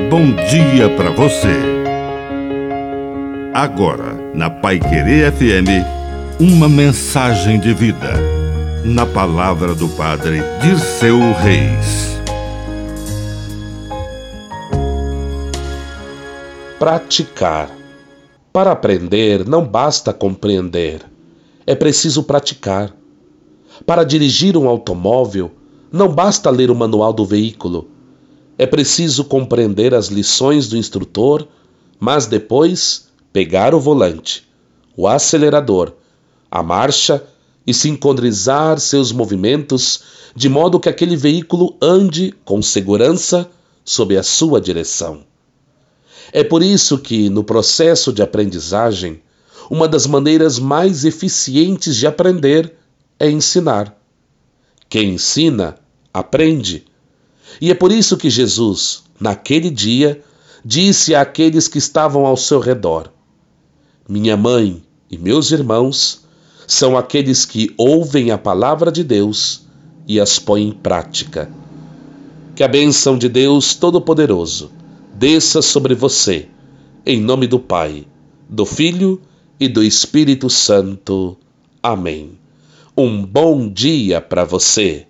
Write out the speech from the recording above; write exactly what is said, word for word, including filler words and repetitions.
bom dia para você. Agora, na Paiquerê F M, uma mensagem de vida. Na palavra do Padre Dirceu Reis. Praticar. Para aprender, não basta compreender. É preciso praticar. Para dirigir um automóvel, não basta ler o manual do veículo. É preciso compreender as lições do instrutor, mas depois pegar o volante, o acelerador, a marcha e sincronizar seus movimentos de modo que aquele veículo ande com segurança sob a sua direção. É por isso que, no processo de aprendizagem, uma das maneiras mais eficientes de aprender é ensinar. Quem ensina, aprende. E é por isso que Jesus, naquele dia, disse àqueles que estavam ao seu redor: minha mãe e meus irmãos são aqueles que ouvem a palavra de Deus e as põem em prática. Que a bênção de Deus Todo-Poderoso desça sobre você, em nome do Pai, do Filho e do Espírito Santo. Amém. Um bom dia para você.